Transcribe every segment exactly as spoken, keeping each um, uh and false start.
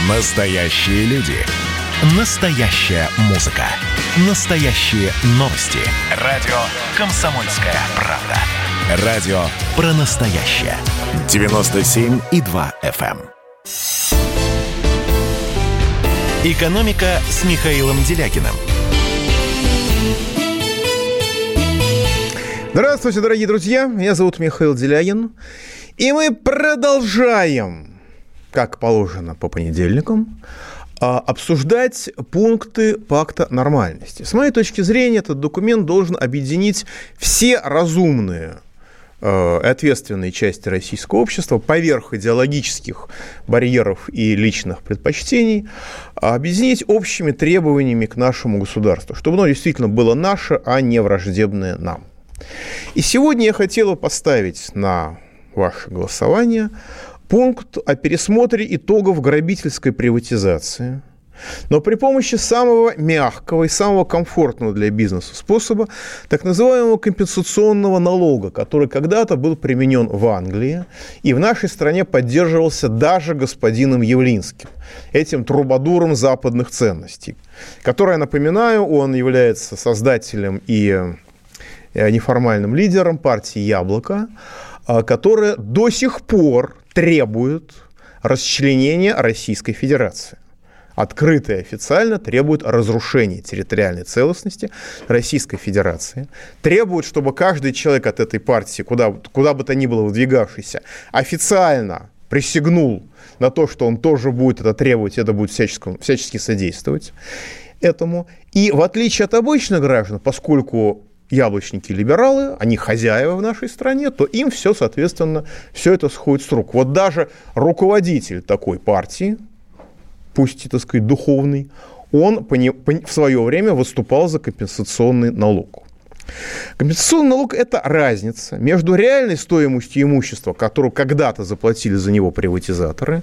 Настоящие люди. Настоящая музыка. Настоящие новости. Радио «Комсомольская правда». Радио про настоящее. девяносто семь и два эф эм. «Экономика» с Михаилом Делякиным. Здравствуйте, дорогие друзья. Меня зовут Михаил Делякин. И мы продолжаем, как положено по понедельникам, обсуждать пункты пакта нормальности. С моей точки зрения, этот документ должен объединить все разумные и ответственные части российского общества поверх идеологических барьеров и личных предпочтений, объединить общими требованиями к нашему государству, чтобы оно действительно было наше, а не враждебное нам. И сегодня я хотел бы поставить на ваше голосование пункт о пересмотре итогов грабительской приватизации, но при помощи самого мягкого и самого комфортного для бизнеса способа, так называемого компенсационного налога, который когда-то был применен в Англии и в нашей стране поддерживался даже господином Явлинским, этим трубадуром западных ценностей, который, я напоминаю, он является создателем и неформальным лидером партии «Яблоко», которая до сих пор требует расчленения Российской Федерации. Открыто и официально требует разрушения территориальной целостности Российской Федерации. Требует, чтобы каждый человек от этой партии, куда, куда бы то ни было выдвигавшийся, официально присягнул на то, что он тоже будет это требовать, это будет всячески, всячески содействовать этому. И в отличие от обычных граждан, поскольку яблочники-либералы, они хозяева в нашей стране, то им все, соответственно, все это сходит с рук. Вот даже руководитель такой партии, пусть и, так сказать, духовный, он в свое время выступал за компенсационный налог. Компенсационный налог – это разница между реальной стоимостью имущества, которую когда-то заплатили за него приватизаторы,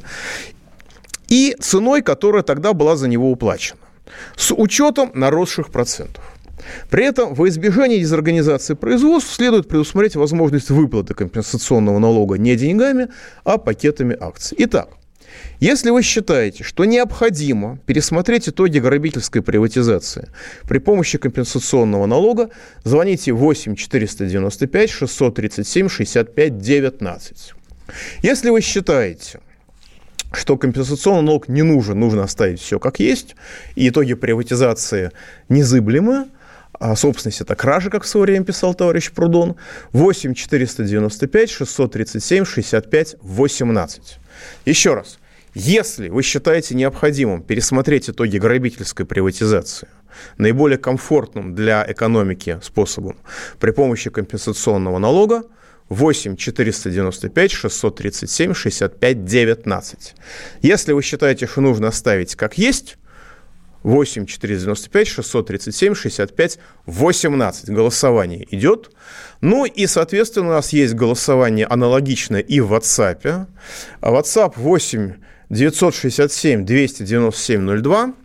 и ценой, которая тогда была за него уплачена, с учетом наросших процентов. При этом во избежание дезорганизации производства следует предусмотреть возможность выплаты компенсационного налога не деньгами, а пакетами акций. Итак, если вы считаете, что необходимо пересмотреть итоги грабительской приватизации при помощи компенсационного налога, звоните восемь четыреста девяносто пять шестьсот тридцать семь шестьдесят пять девятнадцать. Если вы считаете, что компенсационный налог не нужен, нужно оставить все как есть, и итоги приватизации незыблемы, а собственность – это кража, как в свое время писал товарищ Прудон, восемь четыреста девяносто пять шестьсот тридцать семь шестьдесят пять восемнадцать. Еще раз, если вы считаете необходимым пересмотреть итоги грабительской приватизации наиболее комфортным для экономики способом при помощи компенсационного налога, восемь четыреста девяносто пять шестьсот тридцать семь шестьдесят пять девятнадцать. Если вы считаете, что нужно оставить как есть, восемь четыреста девяносто пять шестьсот тридцать семь шестьдесят пять восемнадцать. Голосование идет. Ну и, соответственно, у нас есть голосование аналогичное и в WhatsApp. WhatsApp восемь девятьсот шестьдесят семь двести девяносто семь ноль два.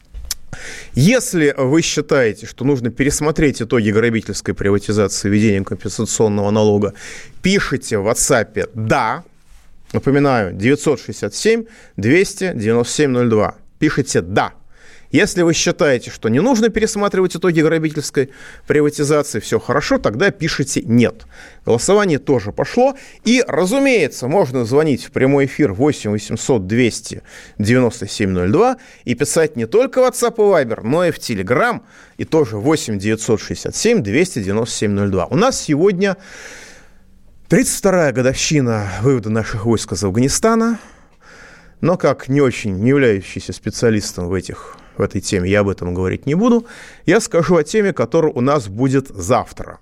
Если вы считаете, что нужно пересмотреть итоги грабительской приватизации введением компенсационного налога, пишите в WhatsApp «да». Напоминаю, девятьсот шестьдесят семь двести девяносто семь ноль два. Пишите «да». Если вы считаете, что не нужно пересматривать итоги грабительской приватизации, все хорошо, тогда пишите «нет». Голосование тоже пошло. И, разумеется, можно звонить в прямой эфир восемь восемьсот двести девяносто семь ноль два и писать не только в WhatsApp и Viber, но и в Telegram, и тоже восемь девятьсот шестьдесят семь двести девяносто семь ноль два. У нас сегодня тридцать вторая годовщина вывода наших войск из Афганистана, но как не очень не являющийся специалистом в этих в этой теме, я об этом говорить не буду. Я скажу о теме, которая у нас будет завтра.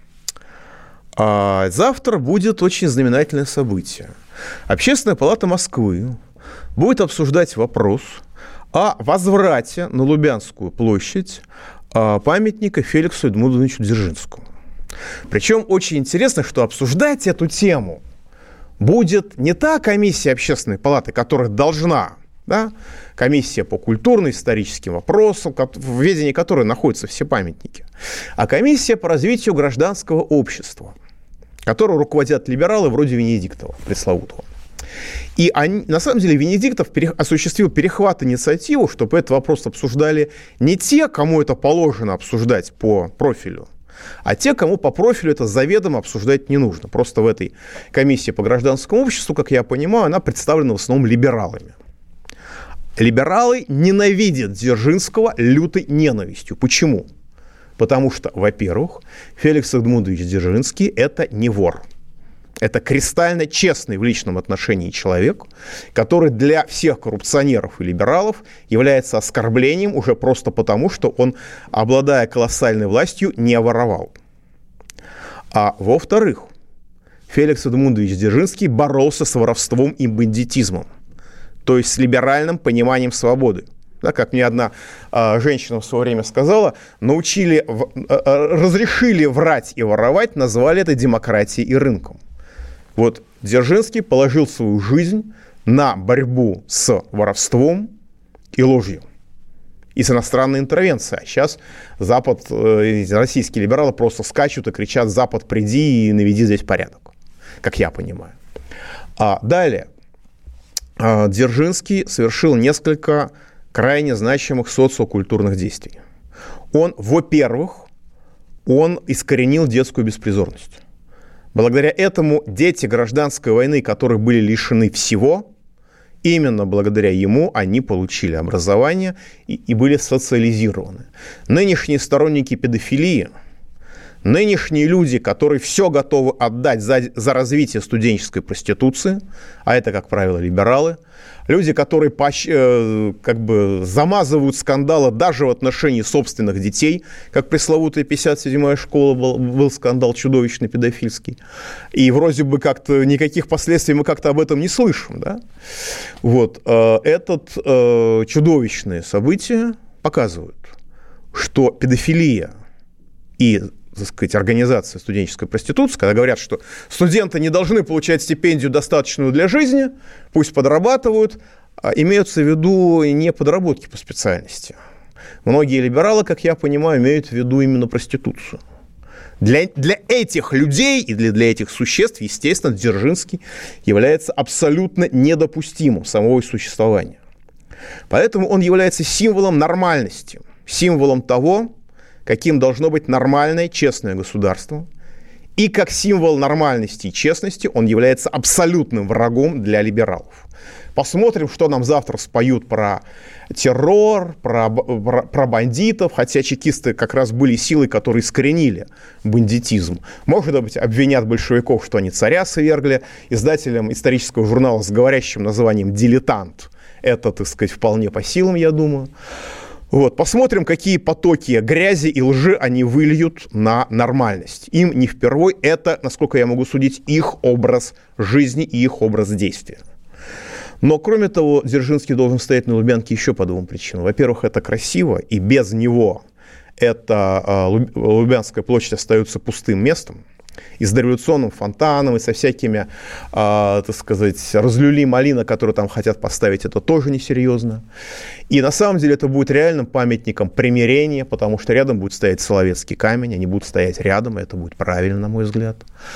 А завтра будет очень знаменательное событие. Общественная палата Москвы будет обсуждать вопрос о возврате на Лубянскую площадь памятника Феликсу Эдмундовичу Дзержинскому. Причем очень интересно, что обсуждать эту тему будет не та комиссия общественной палаты, которая должна, да, комиссия по культурно-историческим вопросам, в ведении которой находятся все памятники, а комиссия по развитию гражданского общества, которой руководят либералы вроде Венедиктова, пресловутого. И они, на самом деле Венедиктов пере, осуществил перехват инициативы, чтобы этот вопрос обсуждали не те, кому это положено обсуждать по профилю, а те, кому по профилю это заведомо обсуждать не нужно. Просто в этой комиссии по гражданскому обществу, как я понимаю, она представлена в основном либералами. Либералы ненавидят Дзержинского лютой ненавистью. Почему? Потому что, во-первых, Феликс Эдмундович Дзержинский – это не вор. Это кристально честный в личном отношении человек, который для всех коррупционеров и либералов является оскорблением уже просто потому, что он, обладая колоссальной властью, не воровал. А во-вторых, Феликс Эдмундович Дзержинский боролся с воровством и бандитизмом, то есть с либеральным пониманием свободы. Да, как мне одна э, женщина в свое время сказала, научили, э, разрешили врать и воровать, назвали это демократией и рынком. Вот Дзержинский положил свою жизнь на борьбу с воровством и ложью, и с иностранной интервенцией. А сейчас Запад, э, российские либералы просто скачут и кричат: «Запад, приди и наведи здесь порядок», как я понимаю. А далее. Э, Дзержинский совершил несколько крайне значимых социокультурных действий. Он, во-первых, он искоренил детскую беспризорность. Благодаря этому дети гражданской войны, которые были лишены всего, именно благодаря ему они получили образование и, и были социализированы. Нынешние сторонники педофилии, нынешние люди, которые все готовы отдать за, за развитие студенческой проституции, а это, как правило, либералы, люди, которые поощ... как бы замазывают скандалы даже в отношении собственных детей, как пресловутая пятьдесят седьмая школа был, был скандал чудовищный, педофильский. И вроде бы как-то никаких последствий мы как-то об этом не слышим. Да? Вот. Это чудовищные события показывают, что педофилия и, так сказать, организация студенческой проституции, когда говорят, что студенты не должны получать стипендию, достаточную для жизни, пусть подрабатывают, имеются в виду не подработки по специальности. Многие либералы, как я понимаю, имеют в виду именно проституцию. Для, для этих людей и для, для этих существ, естественно, Дзержинский является абсолютно недопустимым самого их существования. Поэтому он является символом нормальности, символом того, каким должно быть нормальное, честное государство. И как символ нормальности и честности он является абсолютным врагом для либералов. Посмотрим, что нам завтра споют про террор, про, про, про бандитов, хотя чекисты как раз были силой, которые искоренили бандитизм. Может быть, обвинят большевиков, что они царя свергли. Издателям исторического журнала с говорящим названием «Дилетант» это, так сказать, вполне по силам, я думаю. Вот, посмотрим, какие потоки грязи и лжи они выльют на нормальность. Им не впервой, это, насколько я могу судить, их образ жизни и их образ действия. Но, кроме того, Дзержинский должен стоять на Лубянке еще по двум причинам. Во-первых, это красиво, и без него эта Лубянская площадь остается пустым местом. И с дореволюционным фонтаном, и со всякими, э, так сказать, разлюли-малина, которые там хотят поставить, это тоже несерьезно. И на самом деле это будет реальным памятником примирения, потому что рядом будет стоять Соловецкий камень, они будут стоять рядом, и это будет правильно, на мой взгляд.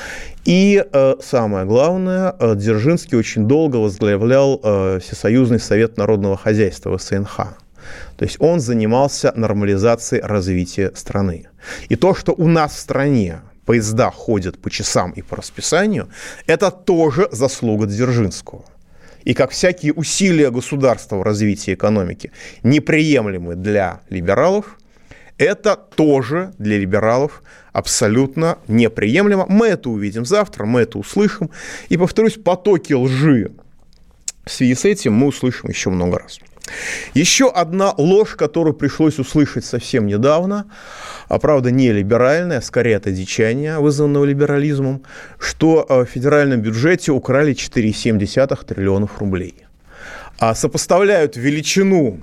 И э, самое главное, э, Дзержинский очень долго возглавлял э, Всесоюзный совет народного хозяйства, вэ эс эн ха. То есть он занимался нормализацией развития страны. И то, что у нас в стране поезда ходят по часам и по расписанию, это тоже заслуга Дзержинского. И как всякие усилия государства в развитии экономики неприемлемы для либералов, это тоже для либералов абсолютно неприемлемо. Мы это увидим завтра, мы это услышим. И, повторюсь, потоки лжи в связи с этим мы услышим еще много раз. Еще одна ложь, которую пришлось услышать совсем недавно, а правда не либеральная, а скорее от одичания, вызванного либерализмом, что в федеральном бюджете украли четыре целых семь десятых триллионов рублей. А сопоставляют величину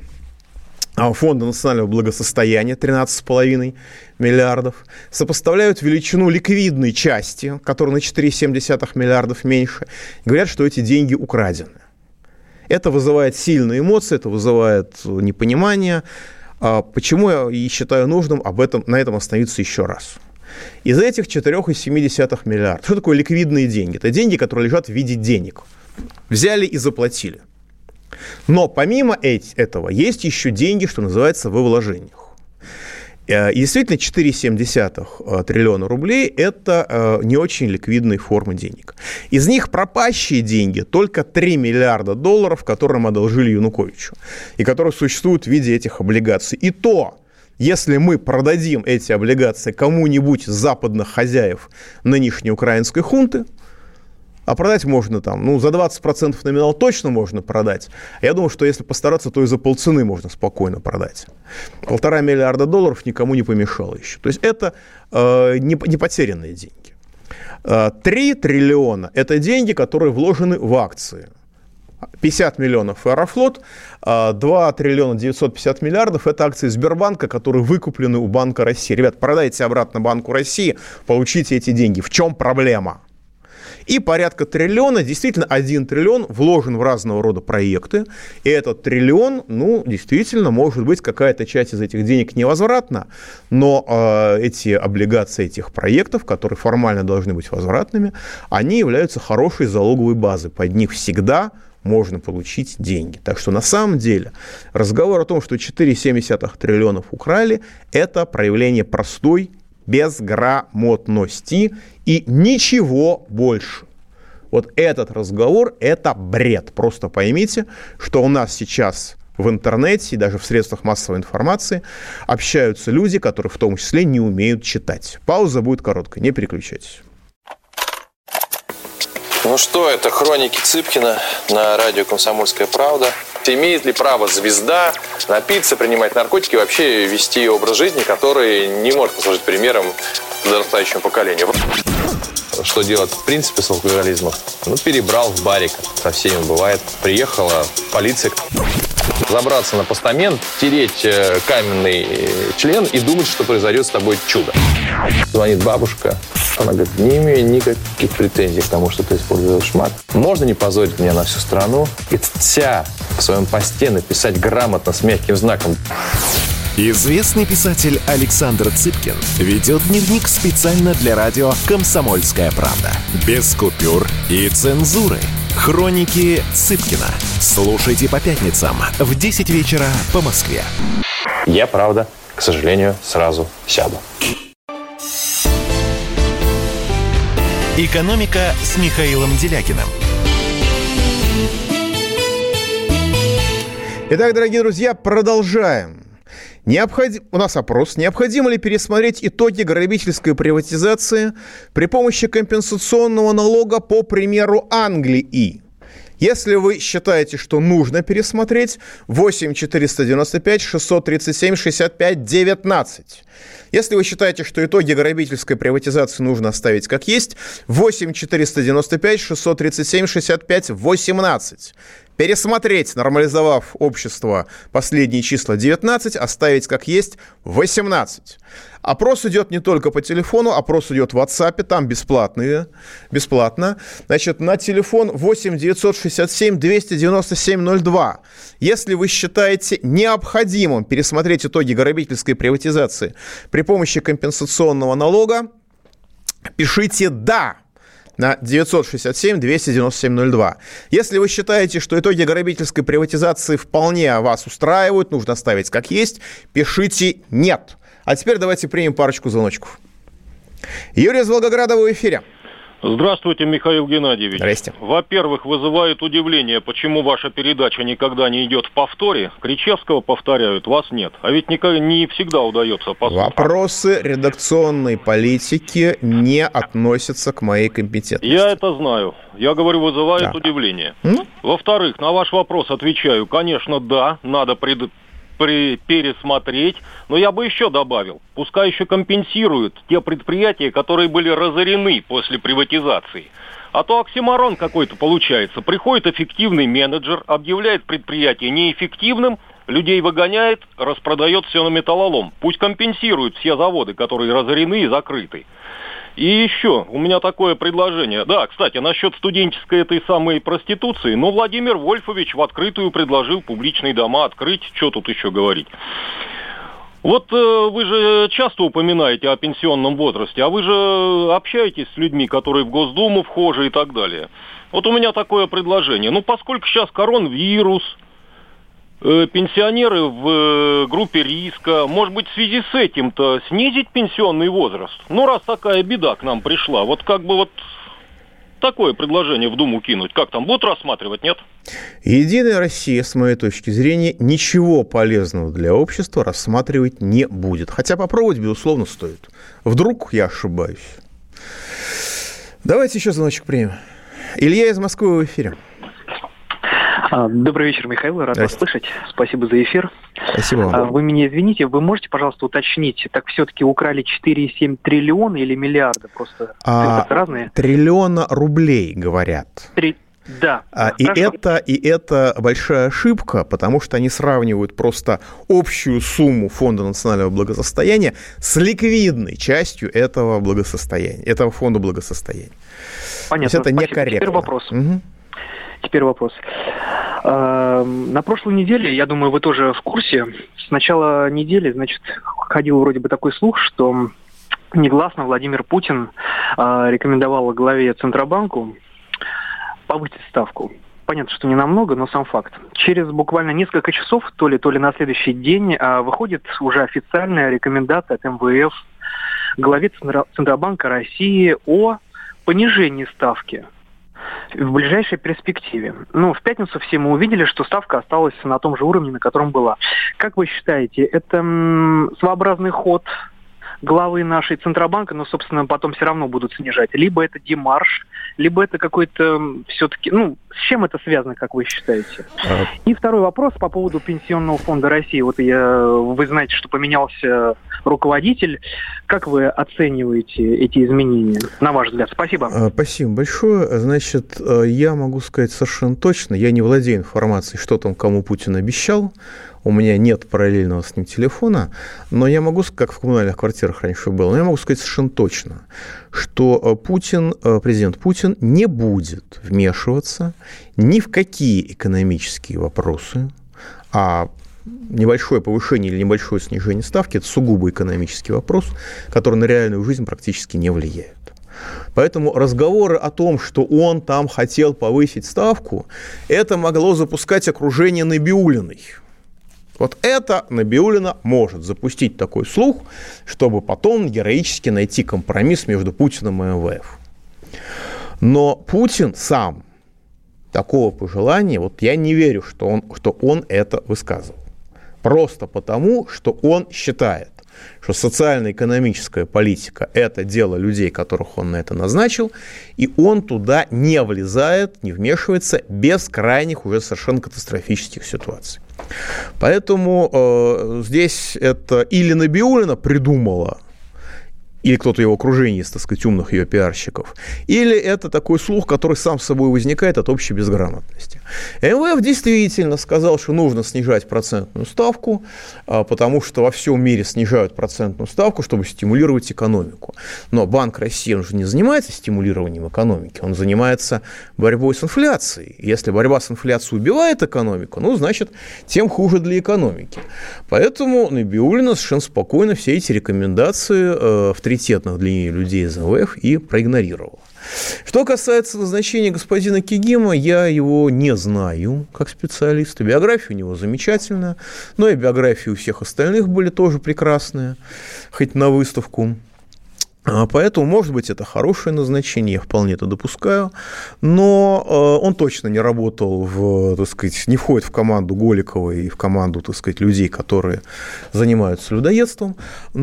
Фонда национального благосостояния тринадцать целых пять десятых миллиардов, сопоставляют величину ликвидной части, которая на четыре целых семь десятых миллиардов меньше, говорят, что эти деньги украдены. Это вызывает сильные эмоции, это вызывает непонимание. Почему я и считаю нужным об этом, на этом остановиться еще раз. Из этих четыре целых семь десятых миллиардов, что такое ликвидные деньги? Это деньги, которые лежат в виде денег. взяли и заплатили. Но помимо этого есть еще деньги, что называется, во вложениях. И действительно, четыре целых семь десятых триллиона рублей – это не очень ликвидные формы денег. Из них пропащие деньги только три миллиарда долларов, которые мы одолжили Януковичу, и которые существуют в виде этих облигаций. И то, если мы продадим эти облигации кому-нибудь из западных хозяев нынешней украинской хунты, а продать можно там, ну, за двадцать процентов номинал точно можно продать. Я думаю, что если постараться, то и за полцены можно спокойно продать. Полтора миллиарда долларов никому не помешало еще. То есть это э, не, не потерянные деньги. Три триллиона – это деньги, которые вложены в акции. пятьдесят миллионов Аэрофлот, два триллиона девятьсот пятьдесят миллиардов – это акции Сбербанка, которые выкуплены у Банка России. Ребят, продайте обратно Банку России, получите эти деньги. В чем проблема? И порядка триллиона, действительно, один триллион вложен в разного рода проекты. И этот триллион, ну, действительно, может быть, какая-то часть из этих денег невозвратна, но э, эти облигации этих проектов, которые формально должны быть возвратными, они являются хорошей залоговой базой. Под них всегда можно получить деньги. Так что на самом деле разговор о том, что четыре целых семь десятых триллионов украли, это проявление простой безграмотности и ничего больше. Вот этот разговор – это бред. Просто поймите, что у нас сейчас в интернете и даже в средствах массовой информации общаются люди, которые в том числе не умеют читать. Пауза будет короткой, не переключайтесь. Ну что, это хроники Цыпкина на радио «Комсомольская правда». Имеет ли право звезда напиться, принимать наркотики и вообще вести образ жизни, который не может послужить примером подрастающему поколению? Что делать в принципе с алкоголизмом? Ну, перебрал в барик. Со всеми бывает. Приехала полиция. Забраться на постамент, тереть каменный член и думать, что произойдет с тобой чудо. Звонит бабушка. Она говорит, не имею никаких претензий к тому, что ты используешь мат. Можно не позорить меня на всю страну и вся в своем посте написать грамотно с мягким знаком. Известный писатель Александр Цыпкин ведет дневник специально для радио «Комсомольская правда». Без купюр и цензуры. Хроники Цыпкина. Слушайте по пятницам в десять вечера по Москве. Я, правда, к сожалению, сразу сяду. «Экономика» с Михаилом Делякиным. Итак, дорогие друзья, продолжаем. Необходим... У нас опрос. Необходимо ли пересмотреть итоги грабительской приватизации при помощи компенсационного налога по примеру Англии? Если вы считаете, что нужно пересмотреть, восемь четыреста девяносто пять шестьсот тридцать семь шестьдесят пять девятнадцать. Если вы считаете, что итоги грабительской приватизации нужно оставить как есть, восемь четыреста девяносто пять шестьсот тридцать семь шестьдесят пять восемнадцать. Пересмотреть, нормализовав общество, последние числа девятнадцать, оставить как есть восемнадцать. Опрос идет не только по телефону, опрос идет в WhatsApp, там бесплатные, бесплатно. Значит, на телефон восемь девятьсот шестьдесят семь двести девяносто семь ноль два. Если вы считаете необходимым пересмотреть итоги грабительской приватизации при помощи компенсационного налога, пишите «да» на девятьсот шестьдесят семь двести девяносто семь ноль два. Если вы считаете, что итоги грабительской приватизации вполне вас устраивают, нужно оставить как есть, пишите «нет». А теперь давайте примем парочку звоночков. Юрий из Волгограда, в эфире. Здравствуйте, Михаил Геннадьевич. Здрасте. Во-первых, вызывает удивление, почему ваша передача никогда не идет в повторе. Кричевского повторяют, вас нет. А ведь никогда, не всегда удается послушать. Вопросы редакционной политики не относятся к моей компетентности. Я это знаю. Я говорю, вызывает да. удивление. М? Во-вторых, на ваш вопрос отвечаю. Конечно, да, надо пред... при... пересмотреть. Но я бы еще добавил, пускай еще компенсируют те предприятия, которые были разорены после приватизации. А то оксиморон какой-то получается. Приходит эффективный менеджер, объявляет предприятие неэффективным, людей выгоняет, распродает все на металлолом. Пусть компенсируют все заводы, которые разорены и закрыты. И еще, у меня такое предложение. Да, кстати, насчет студенческой этой самой проституции. Ну, Владимир Вольфович в открытую предложил публичные дома открыть. Что тут еще говорить? Вот э, вы же часто упоминаете о пенсионном возрасте, а вы же общаетесь с людьми, которые в Госдуму вхожи и так далее. Вот у меня такое предложение. Ну, поскольку сейчас коронавирус, э, пенсионеры в э, группе риска, может быть, в связи с этим-то снизить пенсионный возраст? Ну, раз такая беда к нам пришла, вот как бы вот такое предложение в Думу кинуть. Как там, будут рассматривать, нет? Единая Россия, с моей точки зрения, ничего полезного для общества рассматривать не будет. Хотя попробовать, безусловно, стоит. Вдруг я ошибаюсь. Давайте еще звоночек примем. Илья из Москвы в эфире. Добрый вечер, Михаил. Рад вас слышать. Спасибо за эфир. Спасибо вам. Вы меня извините, вы можете, пожалуйста, уточнить, так все-таки украли четыре целых семь десятых триллиона или миллиарда? Просто а, разные. Триллиона рублей, говорят. Три... Да. А, и, это, и это большая ошибка, потому что они сравнивают просто общую сумму Фонда национального благосостояния с ликвидной частью этого благосостояния, этого фонда благосостояния. Понятно. То есть это некорректно. Теперь вопрос. Угу. Теперь вопрос. На прошлой неделе, я думаю, вы тоже в курсе, с начала недели, значит, ходил вроде бы такой слух, что негласно Владимир Путин рекомендовал главе Центробанку повысить ставку. Понятно, что не намного, но сам факт. Через буквально несколько часов, то ли, то ли на следующий день, выходит уже официальная рекомендация от эм вэ эф главе Центробанка России о понижении ставки в ближайшей перспективе. Ну, в пятницу все мы увидели, что ставка осталась на том же уровне, на котором была. Как вы считаете, это м, своеобразный ход главы нашей Центробанка, но, собственно, потом все равно будут снижать? Либо это демарш, либо это какой-то все-таки... Ну, с чем это связано, как вы считаете? И второй вопрос по поводу Пенсионного фонда России. Вот я, вы знаете, что поменялся руководитель. Как вы оцениваете эти изменения, на ваш взгляд? Спасибо. Спасибо большое. Значит, я могу сказать совершенно точно, я не владею информацией, что там кому Путин обещал. У меня нет параллельного с ним телефона, но я могу, как в коммунальных квартирах раньше было, но я могу сказать совершенно точно, что Путин, президент Путин не будет вмешиваться ни в какие экономические вопросы, а небольшое повышение или небольшое снижение ставки – это сугубо экономический вопрос, который на реальную жизнь практически не влияет. Поэтому разговоры о том, что он там хотел повысить ставку, это могло запускать окружение Набиуллиной. Вот это Набиуллина может запустить такой слух, чтобы потом героически найти компромисс между Путиным и эм вэ эф. Но Путин сам такого пожелания, вот я не верю, что он, что он это высказывал. Просто потому, что он считает, что социально-экономическая политика – это дело людей, которых он на это назначил, и он туда не влезает, не вмешивается без крайних уже совершенно катастрофических ситуаций. Поэтому э, здесь это или Набиуллина придумала, или кто-то его окружение из, так сказать, умных ее пиарщиков, или это такой слух, который сам собой возникает от общей безграмотности. эм вэ эф действительно сказал, что нужно снижать процентную ставку, потому что во всем мире снижают процентную ставку, чтобы стимулировать экономику. Но Банк России, он же не занимается стимулированием экономики, он занимается борьбой с инфляцией. Если борьба с инфляцией убивает экономику, ну, значит, тем хуже для экономики. Поэтому Набиуллина совершенно спокойно все эти рекомендации авторитетных для нее людей из эм вэ эф и проигнорировала. Что касается назначения господина Кигима, я его не знаю как специалиста. Биография у него замечательная, но и биографии у всех остальных были тоже прекрасные, хоть на выставку. Поэтому, может быть, это хорошее назначение, я вполне это допускаю, но он точно не работал, в, так сказать, не входит в команду Голикова и в команду, так сказать, людей, которые занимаются людоедством,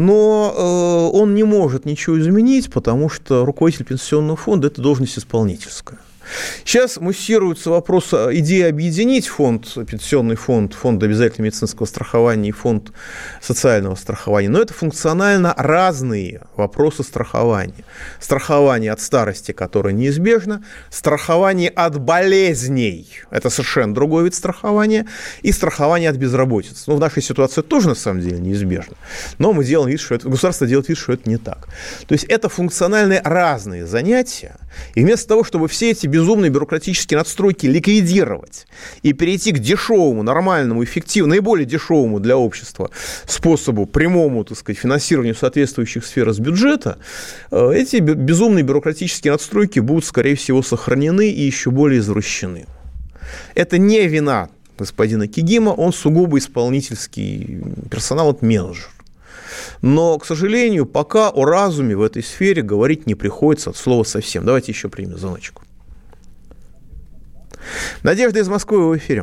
но он не может ничего изменить, потому что руководитель пенсионного фонда – это должность исполнительская. Сейчас муссируется вопрос идеи объединить фонд, пенсионный фонд, фонд обязательного медицинского страхования и фонд социального страхования. Но это функционально разные вопросы страхования. Страхование от старости, которое неизбежно, страхование от болезней, это совершенно другой вид страхования, и страхование от безработицы. Ну, в нашей ситуации тоже, на самом деле, неизбежно. Но мы делаем вид, что это, государство делает вид, что это не так. То есть это функционально разные занятия, И вместо того, чтобы все эти безумные бюрократические надстройки ликвидировать и перейти к дешевому, нормальному, эффективному, наиболее дешевому для общества способу, прямому, так сказать, финансированию соответствующих сфер из бюджета, эти безумные бюрократические надстройки будут, скорее всего, сохранены и еще более извращены. Это не вина господина Кигима, он сугубо исполнительский персонал, это менеджер. Но, к сожалению, пока о разуме в этой сфере говорить не приходится от слова совсем. Давайте еще примем звоночку. Надежда из Москвы, вы в эфире.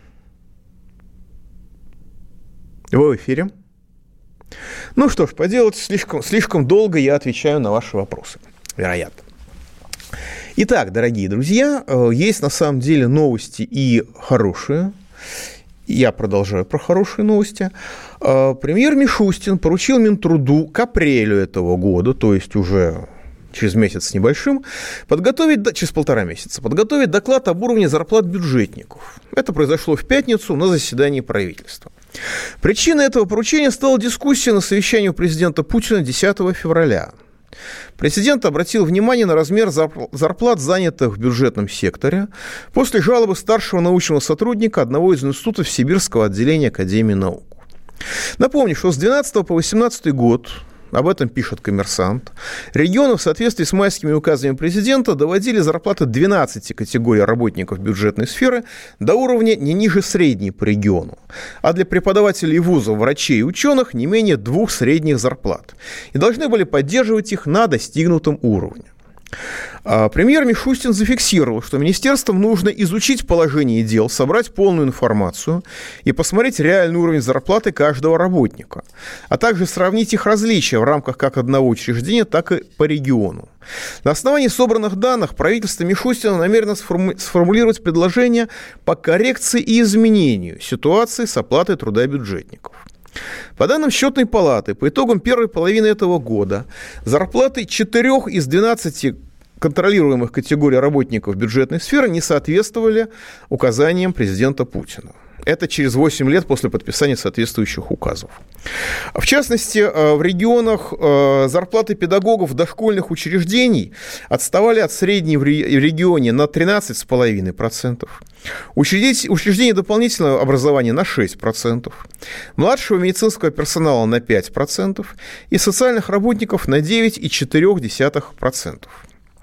Вы в эфире. Ну что ж, поделать слишком, слишком долго я отвечаю на ваши вопросы, вероятно. Итак, дорогие друзья, есть на самом деле новости и хорошие. Я продолжаю про хорошие новости. Премьер Мишустин поручил Минтруду к апрелю этого года, то есть уже через месяц с небольшим, подготовить, через полтора месяца, подготовить доклад об уровне зарплат бюджетников. Это произошло в пятницу на заседании правительства. Причиной этого поручения стала дискуссия на совещании у президента Путина десятого февраля. Президент обратил внимание на размер зарплат, занятых в бюджетном секторе, после жалобы старшего научного сотрудника одного из институтов Сибирского отделения Академии наук. Напомню, что с две тысячи двенадцатого по две тысячи восемнадцатый год, об этом пишет «Коммерсант», регионы в соответствии с майскими указами президента доводили зарплаты двенадцати категорий работников бюджетной сферы до уровня не ниже средней по региону, а для преподавателей вузов, врачей и ученых не менее двух средних зарплат, и должны были поддерживать их на достигнутом уровне. Премьер Мишустин зафиксировал, что министерствам нужно изучить положение дел, собрать полную информацию и посмотреть реальный уровень зарплаты каждого работника, а также сравнить их различия в рамках как одного учреждения, так и по региону. На основании собранных данных правительство Мишустина намерено сформулировать предложение по коррекции и изменению ситуации с оплатой труда бюджетников. По данным Счетной палаты, по итогам первой половины этого года зарплаты четырех из двенадцати контролируемых категорий работников бюджетной сферы не соответствовали указаниям президента Путина. Это через восемь лет после подписания соответствующих указов. В частности, в регионах зарплаты педагогов дошкольных учреждений отставали от средней в регионе на тринадцать целых пять десятых процента, учреждения дополнительного образования на шесть процентов, младшего медицинского персонала на пять процентов и социальных работников на девять целых четыре десятых процента.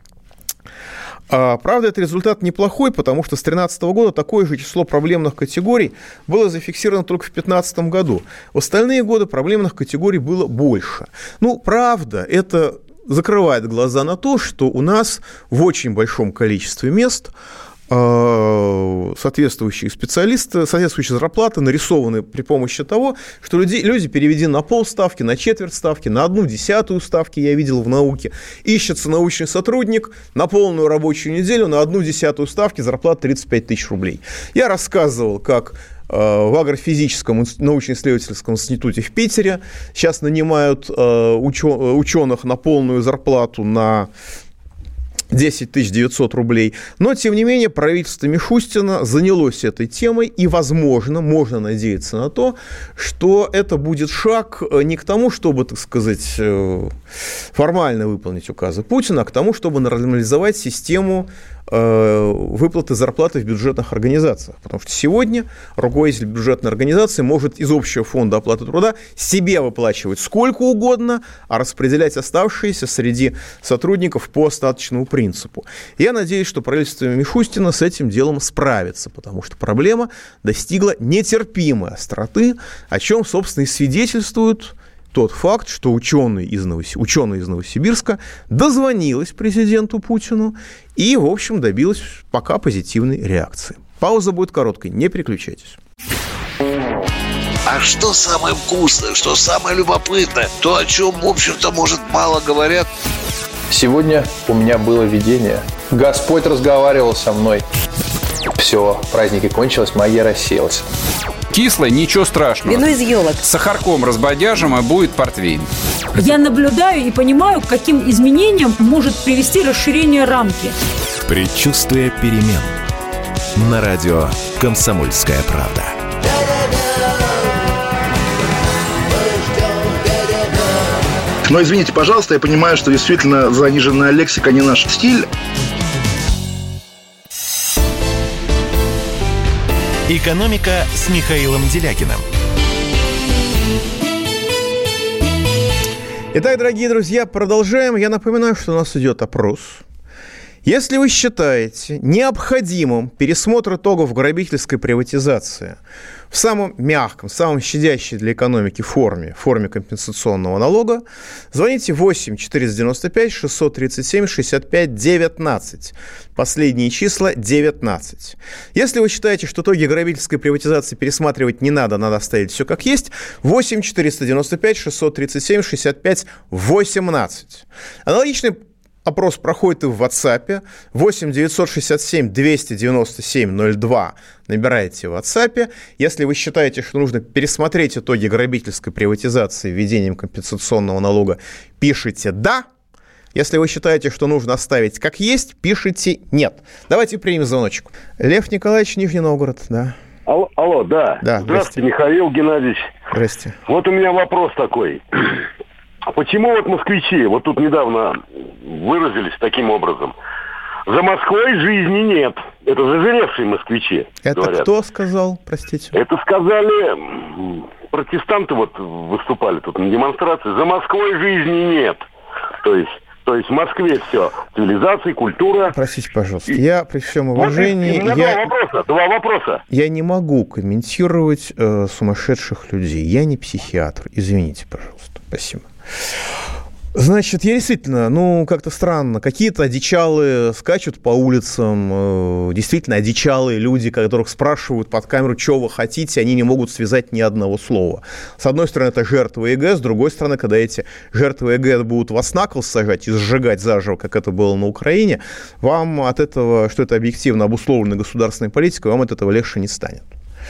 Правда, это результат неплохой, потому что с две тысячи тринадцатого года такое же число проблемных категорий было зафиксировано только в две тысячи пятнадцатом году. В остальные годы проблемных категорий было больше. Ну, правда, это закрывает глаза на то, что у нас в очень большом количестве мест соответствующие специалисты, соответствующие зарплаты нарисованы при помощи того, что люди, люди переведены на полставки, на четверть ставки, на одну десятую ставки, я видел в науке. Ищется научный сотрудник на полную рабочую неделю на одну десятую ставки, зарплата тридцать пять тысяч рублей. Я рассказывал, как в агрофизическом научно-исследовательском институте в Питере сейчас нанимают ученых на полную зарплату на десять тысяч девятьсот рублей. Но, тем не менее, правительство Мишустина занялось этой темой, и, возможно, можно надеяться на то, что это будет шаг не к тому, чтобы, так сказать, формально выполнить указы Путина, а к тому, чтобы нормализовать систему выплаты зарплаты в бюджетных организациях. Потому что сегодня руководитель бюджетной организации может из общего фонда оплаты труда себе выплачивать сколько угодно, а распределять оставшиеся среди сотрудников по остаточному принципу. Я надеюсь, что правительство Мишустина с этим делом справится, потому что проблема достигла нетерпимой остроты, о чем, собственно, и свидетельствует тот факт, что ученый из, Новос... ученый из Новосибирска дозвонилась президенту Путину и, в общем, добилась пока позитивной реакции. Пауза будет короткой, не переключайтесь. А что самое вкусное, что самое любопытное, то, о чем, в общем-то, может, мало говорят? Сегодня у меня было видение. Господь разговаривал со мной. Все, праздники кончились, магия рассеялась. Кислое, ничего страшного. Вино из елок. С сахарком разбодяжим, и будет портвейн. Я наблюдаю и понимаю, к каким изменениям может привести расширение рамки. Предчувствие перемен. На радио «Комсомольская правда». Но извините, пожалуйста, я понимаю, что действительно заниженная лексика не наш стиль. «Экономика» с Михаилом Делякиным. Итак, дорогие друзья, продолжаем. Я напоминаю, что у нас идет опрос. Если вы считаете необходимым пересмотр итогов грабительской приватизации в самом мягком, самом щадящей для экономики форме, форме компенсационного налога, звоните восемь четыреста девяносто пять шестьсот тридцать семь шестьдесят пять девятнадцать. Последние числа девятнадцать. Если вы считаете, что итоги грабительской приватизации пересматривать не надо, надо оставить все как есть, восемь четыреста девяносто пять шестьсот тридцать семь шестьдесят пять восемнадцать. Аналогичный опрос проходит и в WhatsApp. восемь девятьсот шестьдесят семь двести девяносто семь ноль два. Набираете в WhatsApp. Если вы считаете, что нужно пересмотреть итоги грабительской приватизации введением компенсационного налога, пишите «да». Если вы считаете, что нужно оставить как есть, пишите «нет». Давайте примем звоночек. Лев Николаевич, Нижний Новгород, да. Алло, алло да. да. Здравствуйте, Михаил Геннадьевич. Здрасте. Вот у меня вопрос такой. Почему вот москвичи, вот тут недавно выразились таким образом, за Москвой жизни нет. Это зажиревшие москвичи. Это говорят. Кто сказал, простите? Это сказали протестанты, вот выступали тут на демонстрации. За Москвой жизни нет. То есть, то есть в Москве все. Цивилизация, культура. Простите, пожалуйста. Я при всем уважении... Вот, я... Два вопроса. Два вопроса. Я не могу комментировать э, сумасшедших людей. Я не психиатр. Извините, пожалуйста. Спасибо. Значит, я действительно, ну, как-то странно. Какие-то одичалые скачут по улицам, э, действительно одичалые люди, которых спрашивают под камеру, что вы хотите, они не могут связать ни одного слова. С одной стороны, это жертвы ЕГЭ, с другой стороны, когда эти жертвы ЕГЭ будут вас на кол сажать и сжигать заживо, как это было на Украине, вам от этого, что это объективно обусловлено государственной политикой, вам от этого легче не станет.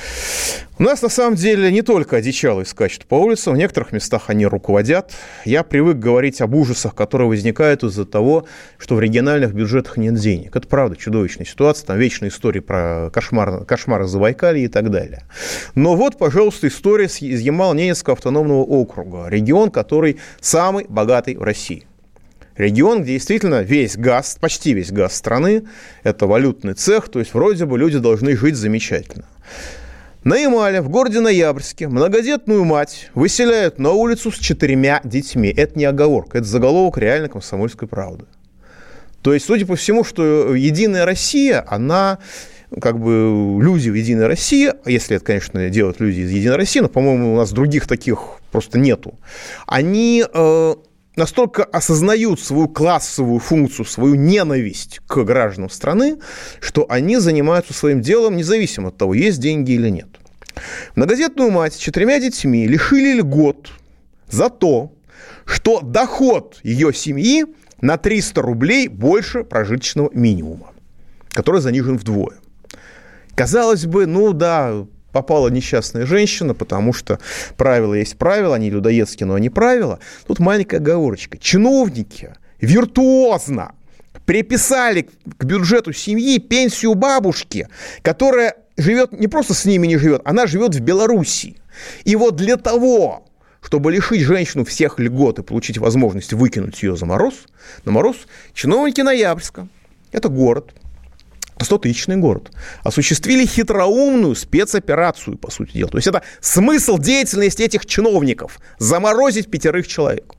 У нас, на самом деле, не только одичалые скачут по улицам, в некоторых местах они руководят. Я привык говорить об ужасах, которые возникают из-за того, что в региональных бюджетах нет денег. Это, правда, чудовищная ситуация, там вечные истории про кошмар, кошмары Забайкалья и так далее. Но вот, пожалуйста, история из Ямало-Ненецкого автономного округа, регион, который самый богатый в России. Регион, где действительно весь газ, почти весь газ страны, это валютный цех, то есть вроде бы люди должны жить замечательно. На Ямале, в городе Ноябрьске, многодетную мать выселяют на улицу с четырьмя детьми. Это не оговорка, это заголовок реально «Комсомольской правды». То есть, судя по всему, что «Единая Россия», она, как бы, люди в «Единой России», если это, конечно, делают люди из «Единой России», но, по-моему, у нас других таких просто нету, они э, настолько осознают свою классовую функцию, свою ненависть к гражданам страны, что они занимаются своим делом, независимо от того, есть деньги или нет. Многодетную мать с четырьмя детьми лишили льгот за то, что доход ее семьи на триста рублей больше прожиточного минимума, который занижен вдвое. Казалось бы, ну да, попала несчастная женщина, потому что правила есть правила, они людоедские, но они правила. Тут маленькая оговорочка. Чиновники виртуозно приписали к бюджету семьи пенсию бабушки, которая живет, не просто с ними не живет, она живет в Белоруссии. И вот для того, чтобы лишить женщину всех льгот и получить возможность выкинуть ее за мороз, на мороз, чиновники Ноябрьска, это город, стотысячный город, осуществили хитроумную спецоперацию, по сути дела. То есть это смысл деятельности этих чиновников – заморозить пятерых человек.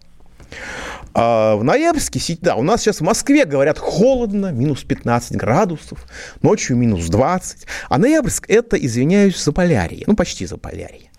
А в Ноябрьске, да, у нас сейчас в Москве, говорят, холодно, минус пятнадцать градусов, ночью минус двадцать. А Ноябрьск – это, извиняюсь, Заполярье, ну, почти Заполярье.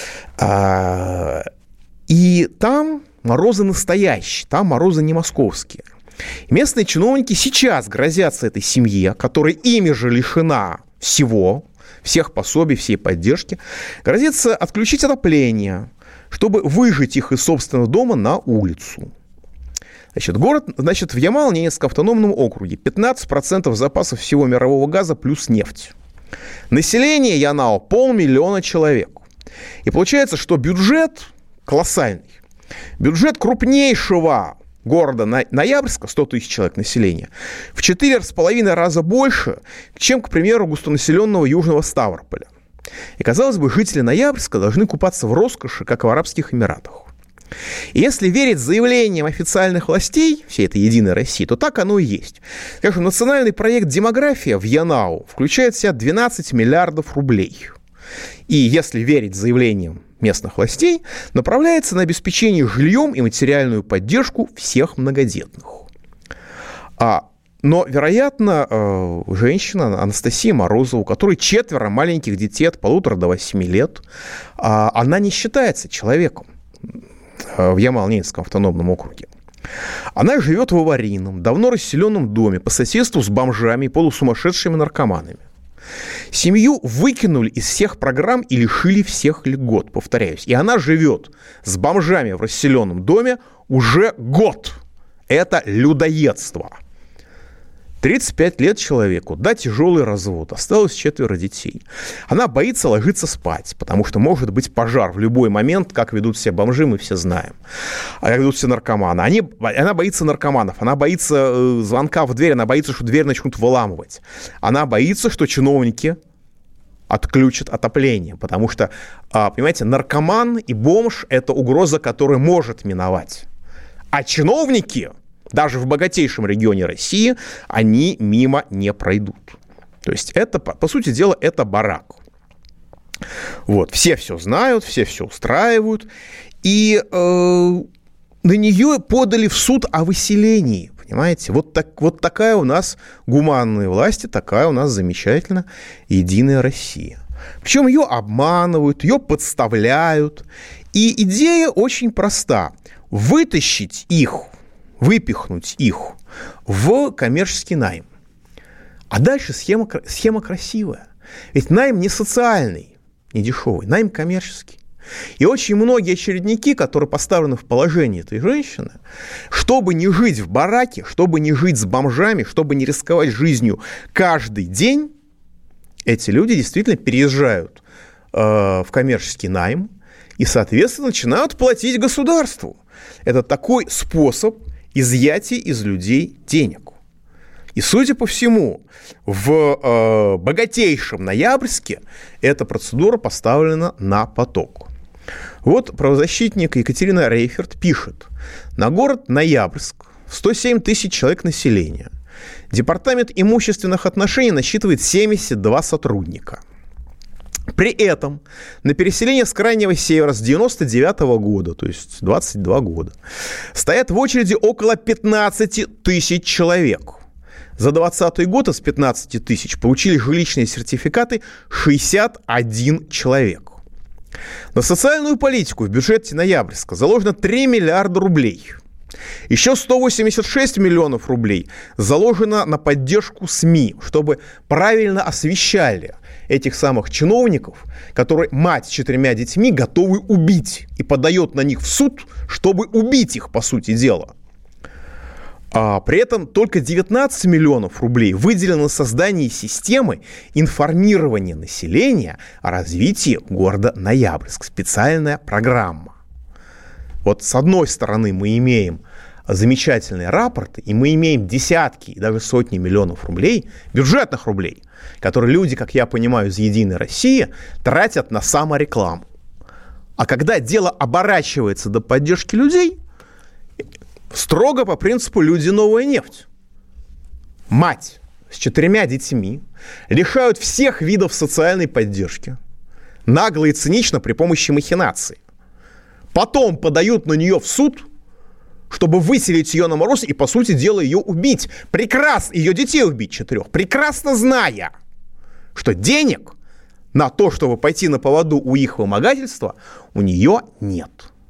А, и там морозы настоящие, там морозы не московские. Местные чиновники сейчас грозятся этой семье, которая ими же лишена всего, всех пособий, всей поддержки, грозится отключить отопление, чтобы выжать их из собственного дома на улицу. Значит, город, значит, в Ямало-Ненецком автономном округе пятнадцать процентов запасов всего мирового газа плюс нефть. Население Янао полмиллиона человек. И получается, что бюджет колоссальный. Бюджет крупнейшего города Ноябрьска, сто тысяч человек населения, в четыре с половиной раза больше, чем, к примеру, густонаселенного Южного Ставрополя. И, казалось бы, жители Ноябрьска должны купаться в роскоши, как в Арабских Эмиратах. И если верить заявлениям официальных властей всей этой «Единой России», то так оно и есть. Скажем, национальный проект «Демография» в Янау включает в себя двенадцать миллиардов рублей. И если верить заявлениям местных властей, направляется на обеспечение жильем и материальную поддержку всех многодетных. А, но, вероятно, женщина Анастасия Морозова, у которой четверо маленьких детей от полутора до восьми лет, она не считается человеком в Ямало-Ненецком автономном округе. Она живет в аварийном, давно расселенном доме по соседству с бомжами и полусумасшедшими наркоманами. Семью выкинули из всех программ и лишили всех льгот, повторяюсь. И она живет с бомжами в расселенном доме уже год. Это людоедство. тридцать пять лет человеку, да, тяжелый развод, осталось четверо детей. Она боится ложиться спать, потому что может быть пожар в любой момент, как ведут себя бомжи, мы все знаем. А как ведут себя наркоманы. Они, она боится наркоманов, она боится э, звонка в дверь, она боится, что дверь начнут выламывать. Она боится, что чиновники отключат отопление, потому что, э, понимаете, наркоман и бомж – это угроза, которая может миновать. А чиновники... Даже в богатейшем регионе России они мимо не пройдут. То есть это, по сути дела, это барак. Вот. Все все знают, все все устраивают. И э, на нее подали в суд о выселении. Понимаете? Вот, так, вот такая у нас гуманная власть, и такая у нас замечательная «Единая Россия». Причем ее обманывают, ее подставляют. И идея очень проста. Вытащить их, выпихнуть их в коммерческий найм. А дальше схема, схема красивая. Ведь найм не социальный, не дешевый, найм коммерческий. И очень многие очередники, которые поставлены в положение этой женщины, чтобы не жить в бараке, чтобы не жить с бомжами, чтобы не рисковать жизнью каждый день, эти люди действительно переезжают э, в коммерческий найм и, соответственно, начинают платить государству. Это такой способ изъятия из людей денег. И, судя по всему, в э, богатейшем Ноябрьске эта процедура поставлена на поток. Вот правозащитник Екатерина Рейферт пишет. На город Ноябрьск сто семь тысяч человек населения. Департамент имущественных отношений насчитывает семьдесят два сотрудника. При этом на переселение с Крайнего Севера с девяносто девятого года, то есть двадцать два года, стоят в очереди около пятнадцать тысяч человек. За двадцатый год из пятнадцати тысяч получили жилищные сертификаты шестьдесят один человек. На социальную политику в бюджете Ноябрьска заложено три миллиарда рублей. Еще сто восемьдесят шесть миллионов рублей заложено на поддержку СМИ, чтобы правильно освещали этих самых чиновников, которые мать с четырьмя детьми готовы убить и подает на них в суд, чтобы убить их, по сути дела. А при этом только девятнадцать миллионов рублей выделено на создание системы информирования населения о развитии города Ноябрьск. Специальная программа. Вот с одной стороны мы имеем замечательные рапорты, и мы имеем десятки и даже сотни миллионов рублей, бюджетных рублей, которые люди, как я понимаю, из «Единой России» тратят на саморекламу. А когда дело оборачивается до поддержки людей, строго по принципу «люди – новая нефть». Мать с четырьмя детьми лишают всех видов социальной поддержки, нагло и цинично при помощи махинаций. Потом подают на нее в суд, чтобы выселить ее на мороз и, по сути дела, ее убить. Прекрасно, ее детей убить четырех, прекрасно зная, что денег на то, чтобы пойти на поводу у их вымогательства, у нее нет.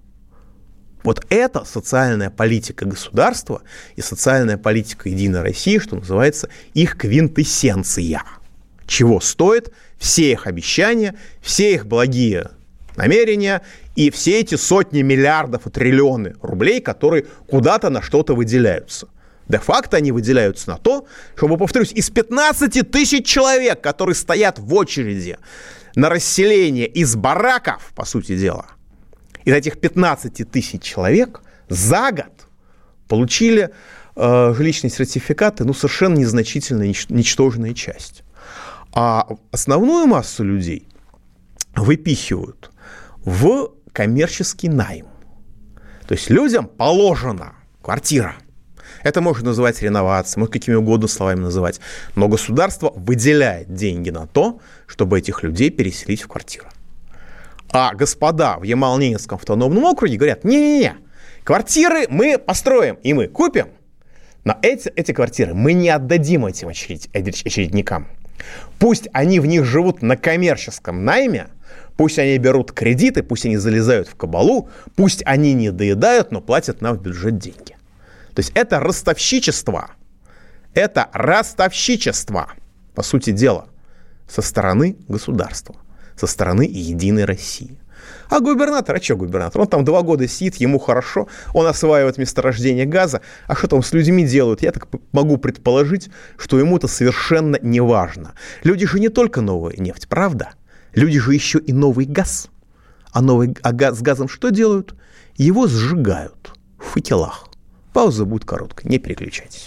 Вот это социальная политика государства и социальная политика «Единой России», что называется, их квинтэссенция. Чего стоят все их обещания, все их благие намерения и все эти сотни миллиардов и триллионы рублей, которые куда-то на что-то выделяются. Де-факто они выделяются на то, чтобы, повторюсь, из пятнадцати тысяч человек, которые стоят в очереди на расселение из бараков, по сути дела, из этих пятнадцати тысяч человек за год получили э, жилищные сертификаты, ну, совершенно незначительная, нич- ничтожная часть. А основную массу людей выпихивают в коммерческий найм. То есть людям положена квартира. Это можно называть реновацией, можно какими угодно словами называть. Но государство выделяет деньги на то, чтобы этих людей переселить в квартиру. А господа в Ямало-Ненецком автономном округе говорят: не-не-не, квартиры мы построим и мы купим, но эти, эти квартиры мы не отдадим этим очеред, очередникам. Пусть они в них живут на коммерческом найме, пусть они берут кредиты, пусть они залезают в кабалу, пусть они не доедают, но платят нам в бюджет деньги. То есть это ростовщичество. Это ростовщичество, по сути дела, со стороны государства, со стороны Единой России. А губернатор, а что губернатор? Он там два года сидит, ему хорошо, он осваивает месторождение газа. А что там с людьми делают? Я так могу предположить, что ему-то совершенно не важно. Люди же не только новая нефть, правда? Люди же еще и новый газ. А новый а газ, с газом что делают? Его сжигают в факелах. Пауза будет короткой, не переключайтесь.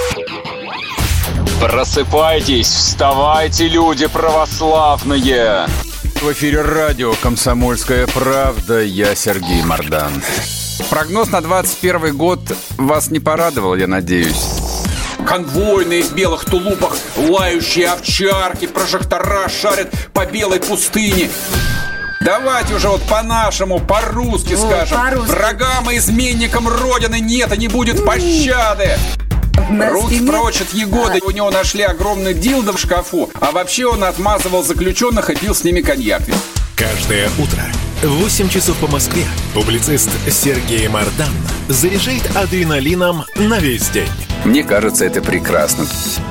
Просыпайтесь, вставайте, люди православные! В эфире радио «Комсомольская правда». Я Сергей Мордан. Прогноз на двадцать первый год вас не порадовал, я надеюсь. Конвойные в белых тулупах, лающие овчарки, прожектора шарят по белой пустыне. Давайте уже вот по-нашему, по-русски вот, скажем. По-русски. Врагам и изменникам Родины нет и не будет пощады. Руки спине... прочь от Егоды. А. У него нашли огромный дилдо в шкафу. А вообще он отмазывал заключенных и пил с ними коньяк. Каждое утро в восемь часов по Москве публицист Сергей Мордан заряжает адреналином на весь день. Мне кажется, это прекрасно.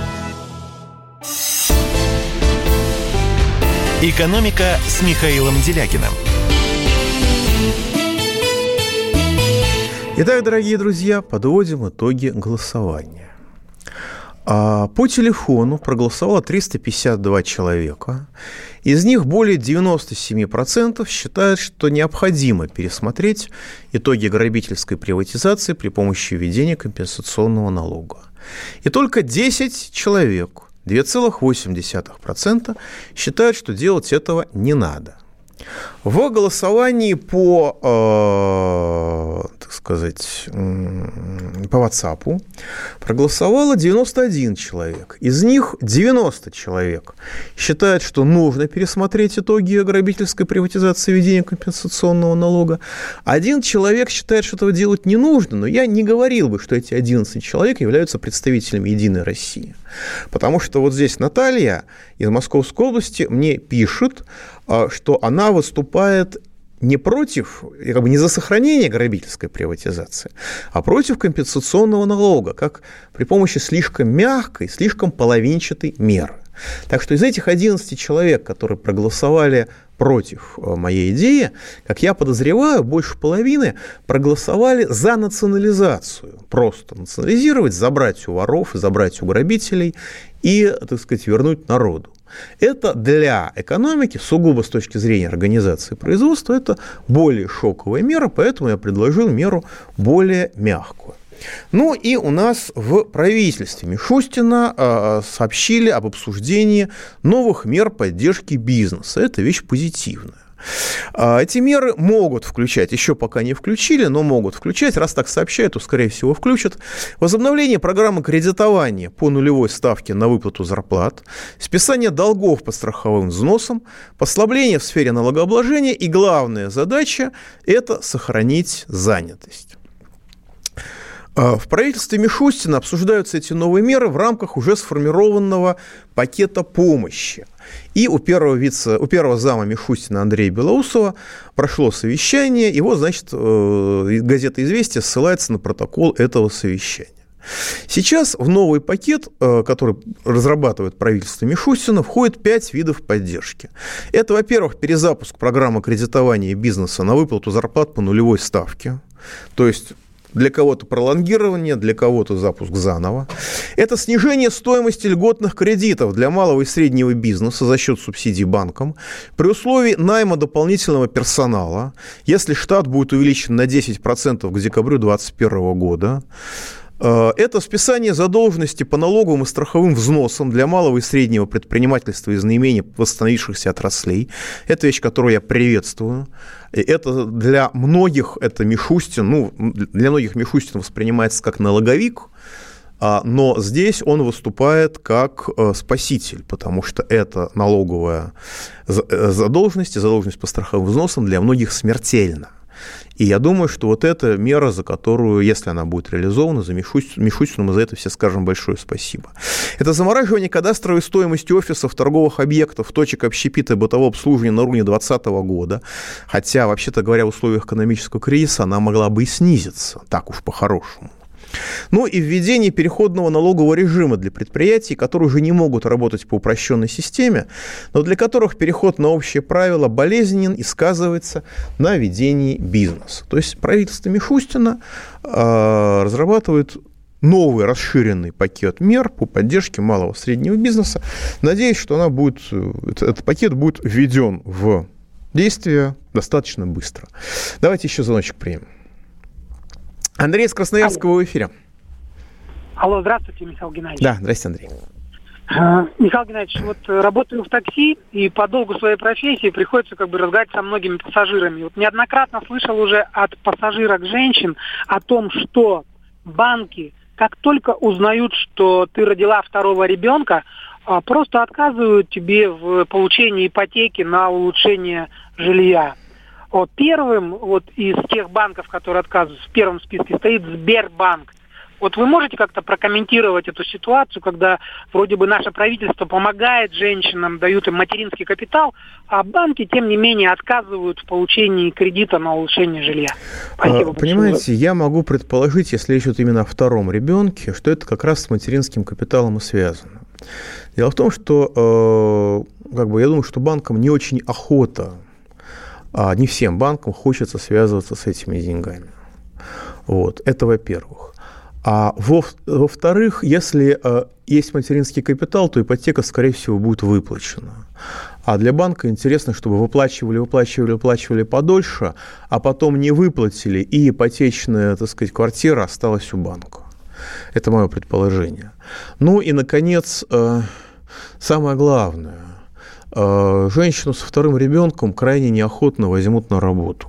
«Экономика» с Михаилом Делякиным. Итак, дорогие друзья, подводим итоги голосования. По телефону проголосовало триста пятьдесят два человека. Из них более девяносто семь процентов считают, что необходимо пересмотреть итоги грабительской приватизации при помощи введения компенсационного налога. И только десять человек, две целых восемь десятых процента, считают, что делать этого не надо. В голосовании по, э, так сказать, по WhatsApp проголосовало девяносто один человек. Из них девяносто человек считают, что нужно пересмотреть итоги грабительской приватизации введения компенсационного налога. Один человек считает, что этого делать не нужно, но я не говорил бы, что эти одиннадцать человек являются представителями Единой России. Потому что вот здесь Наталья из Московской области мне пишет, что она выступает не против, как бы не за сохранение грабительской приватизации, а против компенсационного налога, как при помощи слишком мягкой, слишком половинчатой меры. Так что из этих одиннадцати человек, которые проголосовали против моей идеи, как я подозреваю, больше половины проголосовали за национализацию. Просто национализировать, забрать у воров, забрать у грабителей и, так сказать, вернуть народу. Это для экономики, сугубо с точки зрения организации производства, это более шоковая мера, поэтому я предложил меру более мягкую. Ну и у нас в правительстве Мишустина э, сообщили об обсуждении новых мер поддержки бизнеса. Это вещь позитивная. Эти меры могут включать, еще пока не включили, но могут включать, раз так сообщают, то, скорее всего, включат, возобновление программы кредитования по нулевой ставке на выплату зарплат, списание долгов по страховым взносам, послабление в сфере налогообложения и главная задача – это сохранить занятость. В правительстве Мишустина обсуждаются эти новые меры в рамках уже сформированного пакета помощи. И у первого, вице, у первого зама Мишустина Андрея Белоусова прошло совещание, и вот, значит, газета «Известия» ссылается на протокол этого совещания. Сейчас в новый пакет, который разрабатывает правительство Мишустина, входит пять видов поддержки. Это, во-первых, перезапуск программы кредитования бизнеса на выплату зарплат по нулевой ставке, то есть для кого-то пролонгирование, для кого-то запуск заново. Это снижение стоимости льготных кредитов для малого и среднего бизнеса за счет субсидий банкам при условии найма дополнительного персонала, если штат будет увеличен на десять процентов к декабрю две тысячи двадцать первого года. Это списание задолженности по налоговым и страховым взносам для малого и среднего предпринимательства из наименее восстановившихся отраслей. Это вещь, которую я приветствую. И это для многих, это Мишустин, ну, для многих Мишустин воспринимается как налоговик, но здесь он выступает как спаситель, потому что это налоговая задолженность и задолженность по страховым взносам для многих смертельна. И я думаю, что вот эта мера, за которую, если она будет реализована, за Мишустину мы за это все скажем большое спасибо. Это замораживание кадастровой стоимости офисов, торговых объектов, точек общепита и бытового обслуживания на уровне двадцатого года. Хотя, вообще-то говоря, в условиях экономического кризиса она могла бы и снизиться, так уж по-хорошему. Ну и введение переходного налогового режима для предприятий, которые уже не могут работать по упрощенной системе, но для которых переход на общие правила болезненен и сказывается на ведении бизнеса. То есть правительство Мишустина э, разрабатывает новый расширенный пакет мер по поддержке малого и среднего бизнеса. Надеюсь, что она будет, этот пакет будет введен в действие достаточно быстро. Давайте еще звоночек примем. Андрей из Красноярского в эфире. Алло, здравствуйте, Михаил Геннадьевич. Да, здравствуйте, Андрей. Uh, Михаил Геннадьевич, вот работаю в такси, и по долгу своей профессии приходится как бы разговаривать со многими пассажирами. Вот неоднократно слышал уже от пассажирок женщин о том, что банки, как только узнают, что ты родила второго ребенка, просто отказывают тебе в получении ипотеки на улучшение жилья. Вот первым вот из тех банков, которые отказывают, в первом списке стоит Сбербанк. Вот вы можете как-то прокомментировать эту ситуацию, когда вроде бы наше правительство помогает женщинам, дают им материнский капитал, а банки, тем не менее, отказывают в получении кредита на улучшение жилья? Спасибо. Понимаете, я могу предположить, если речь идет именно о втором ребенке, что это как раз с материнским капиталом и связано. Дело в том, что э, как бы, я думаю, что банкам не очень охота, а не всем банкам хочется связываться с этими деньгами. Вот. Это во-первых. А во- во-вторых, если э, есть материнский капитал, то ипотека, скорее всего, будет выплачена. А для банка интересно, чтобы выплачивали, выплачивали, выплачивали подольше, а потом не выплатили, и ипотечная, так сказать, квартира осталась у банка. Это мое предположение. Ну и, наконец, э, самое главное. Женщину со вторым ребенком крайне неохотно возьмут на работу.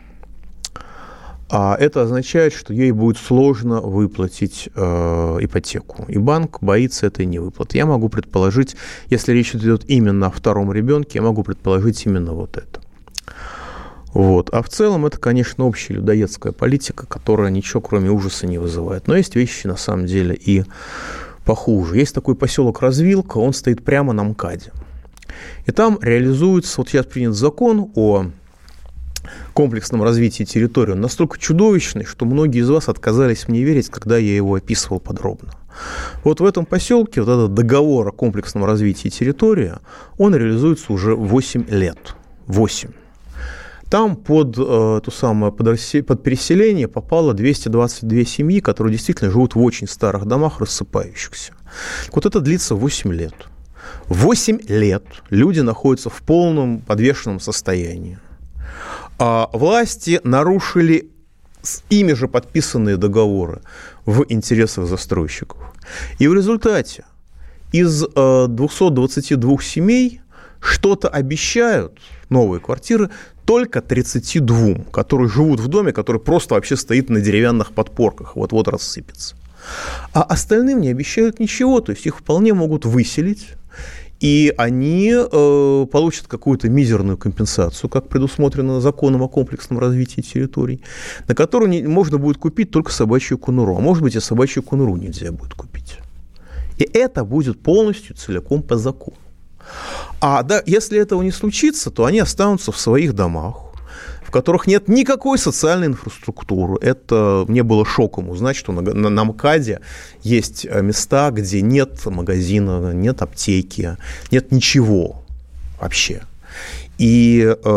А это означает, что ей будет сложно выплатить э, ипотеку. И банк боится этой невыплаты. Я могу предположить, если речь идет именно о втором ребенке, я могу предположить именно вот это. Вот. А в целом это, конечно, общая людоедская политика, которая ничего кроме ужаса не вызывает. Но есть вещи, на самом деле, и похуже. Есть такой поселок Развилка, он стоит прямо на МКАДе. И там реализуется, вот сейчас принят закон о комплексном развитии территории, он настолько чудовищный, что многие из вас отказались мне верить, когда я его описывал подробно. Вот в этом поселке вот этот договор о комплексном развитии территории, он реализуется уже восемь лет. восемь. Там под, э, ту самую, под, под переселение попало двести двадцать две семьи, которые действительно живут в очень старых домах, рассыпающихся. Вот это длится восемь лет. восемь лет люди находятся в полном подвешенном состоянии. А власти нарушили ими же подписанные договоры в интересах застройщиков. И в результате из двухсот двадцати двух семей что-то обещают, новые квартиры, только тридцати двум, которые живут в доме, который просто вообще стоит на деревянных подпорках, вот-вот рассыпется. А остальным не обещают ничего, то есть их вполне могут выселить, и они э, получат какую-то мизерную компенсацию, как предусмотрено законом о комплексном развитии территорий, на которую не, можно будет купить только собачью конуру, а может быть и собачью конуру нельзя будет купить. И это будет полностью, целиком по закону. А да, если этого не случится, то они останутся в своих домах, в которых нет никакой социальной инфраструктуры. Это мне было шоком узнать, что на, на, на мкаде есть места, где нет магазина, нет аптеки, нет ничего вообще. И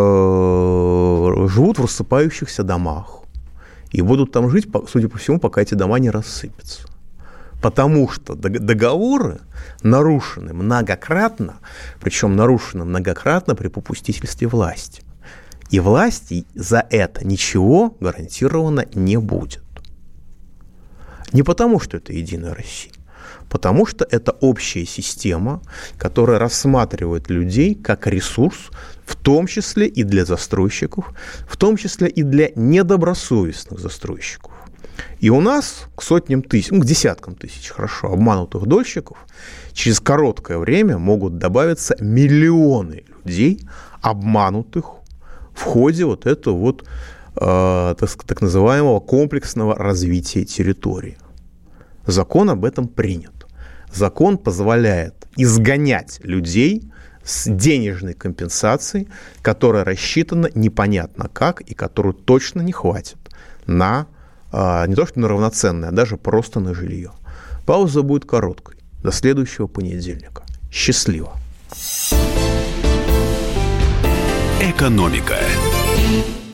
э, живут в рассыпающихся домах. И будут там жить, судя по всему, пока эти дома не рассыпятся. Потому что договоры нарушены многократно, причем нарушены многократно при попустительстве власти. И власти за это ничего гарантированно не будет. Не потому, что это Единая Россия, потому что это общая система, которая рассматривает людей как ресурс, в том числе и для застройщиков, в том числе и для недобросовестных застройщиков. И у нас к сотням тысяч, ну, к десяткам тысяч, хорошо, обманутых дольщиков через короткое время могут добавиться миллионы людей, обманутых в ходе вот этого вот э, так, так называемого комплексного развития территории. Закон об этом принят. Закон позволяет изгонять людей с денежной компенсацией, которая рассчитана непонятно как и которую точно не хватит на не то что на равноценное, а даже просто на жилье. Пауза будет короткой. До следующего понедельника. Счастливо. Экономика.